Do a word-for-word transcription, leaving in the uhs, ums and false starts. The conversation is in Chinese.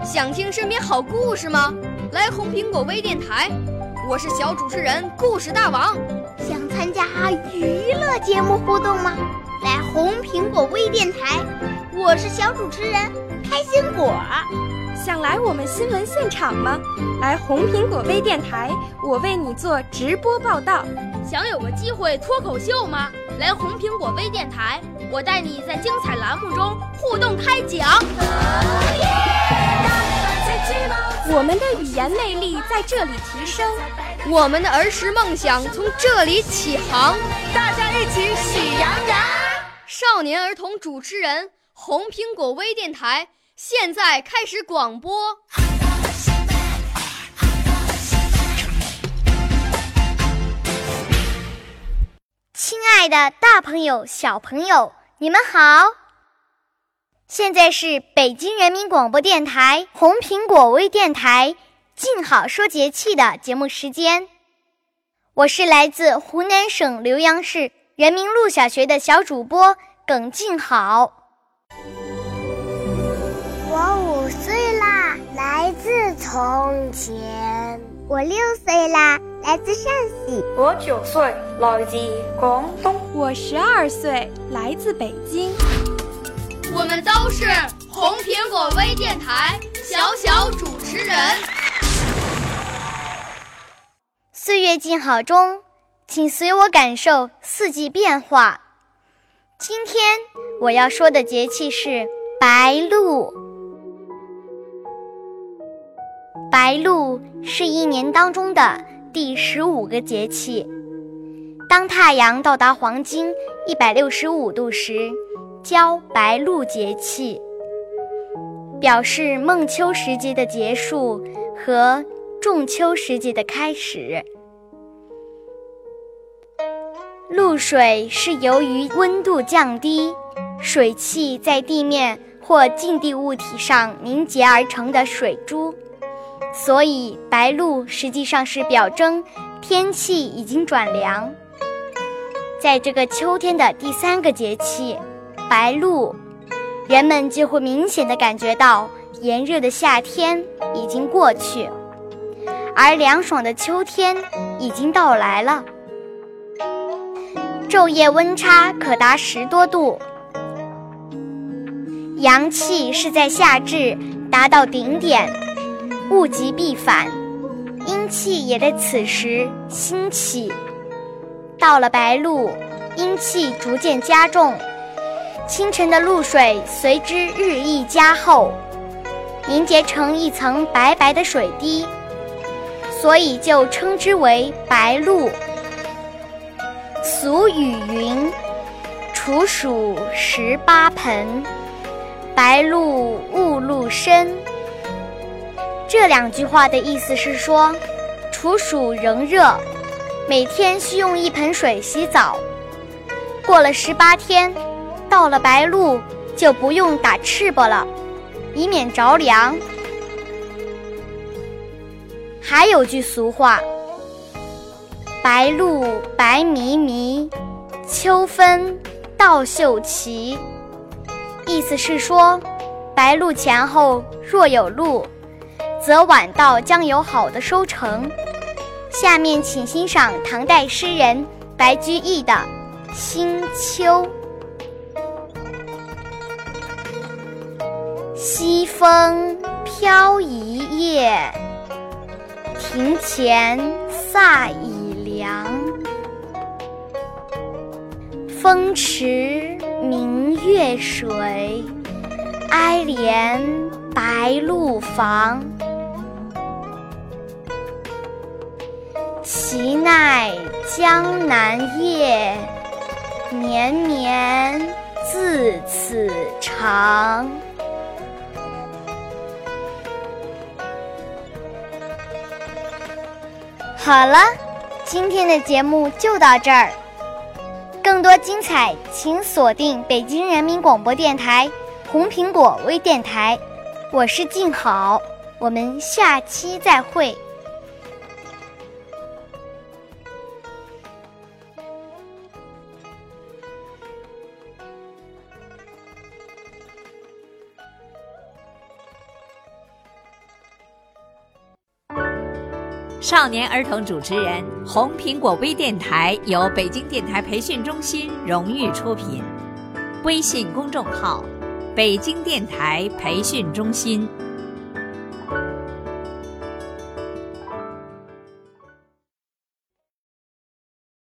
想听身边好故事吗？来红苹果微电台，我是小主持人故事大王。 想参加娱乐节目互动吗？来红苹果微电台，我是小主持人开心果。 想来我们新闻现场吗？来红苹果微电台，我为你做直播报道。 想有个机会脱口秀吗？来红苹果微电台，我带你在精彩栏目中互动开讲。 我们的语言魅力在这里提升， 我们的儿时梦想从这里起航。 大家一起喜羊羊。 少年儿童主持人，红苹果微电台现在开始广播。 亲爱的大朋友小朋友，你们好，现在是北京人民广播电台红苹果微电台静好说节气的节目时间，我是来自湖南省浏阳市人民路小学的小主播耿静好。 我五岁啦，来自从前。我六岁啦，来自陕西。 我九岁，来自广东。 我十二岁，来自北京。 我们都是红苹果微电台小小主持人。 岁月静好中，请随我感受四季变化。今天我要说的节气是白露。白露是一年当中的第十五个节气，当太阳到达黄金一百六十五度时，叫白露节气，表示孟秋时节的结束和仲秋时节的开始。露水是由于温度降低，水汽在地面或近地物体上凝结而成的水珠，所以白露实际上是表征天气已经转凉。在这个秋天的第三个节气白露，人们就会明显地感觉到炎热的夏天已经过去，而凉爽的秋天已经到来了。昼夜温差可达十多度，阳气是在夏至达到顶点，物极必反，阴气也在此时兴起。到了白露，阴气逐渐加重，清晨的露水随之日益加厚，凝结成一层白白的水滴，所以就称之为白露。俗语云：处暑十八盆，白露误入深。这两句话的意思是说，处暑仍热，每天需用一盆水洗澡，过了十八天，到了白露就不用打赤膊了，以免着凉。还有句俗话，白露白弥弥，秋分稻秀齐，意思是说，白露前后若有露，则晚稻将有好的收成。下面请欣赏唐代诗人白居易的《新秋》。西风飘一叶，庭前飒已凉。风池明月水，哀怜白露房。其奈江南夜，绵绵自此长。好了，今天的节目就到这儿。更多精彩，请锁定北京人民广播电台红苹果微电台。我是静好，我们下期再会。 少年儿童主持人，红苹果微电台由北京电台培训中心荣誉出品，微信公众号：北京电台培训中心。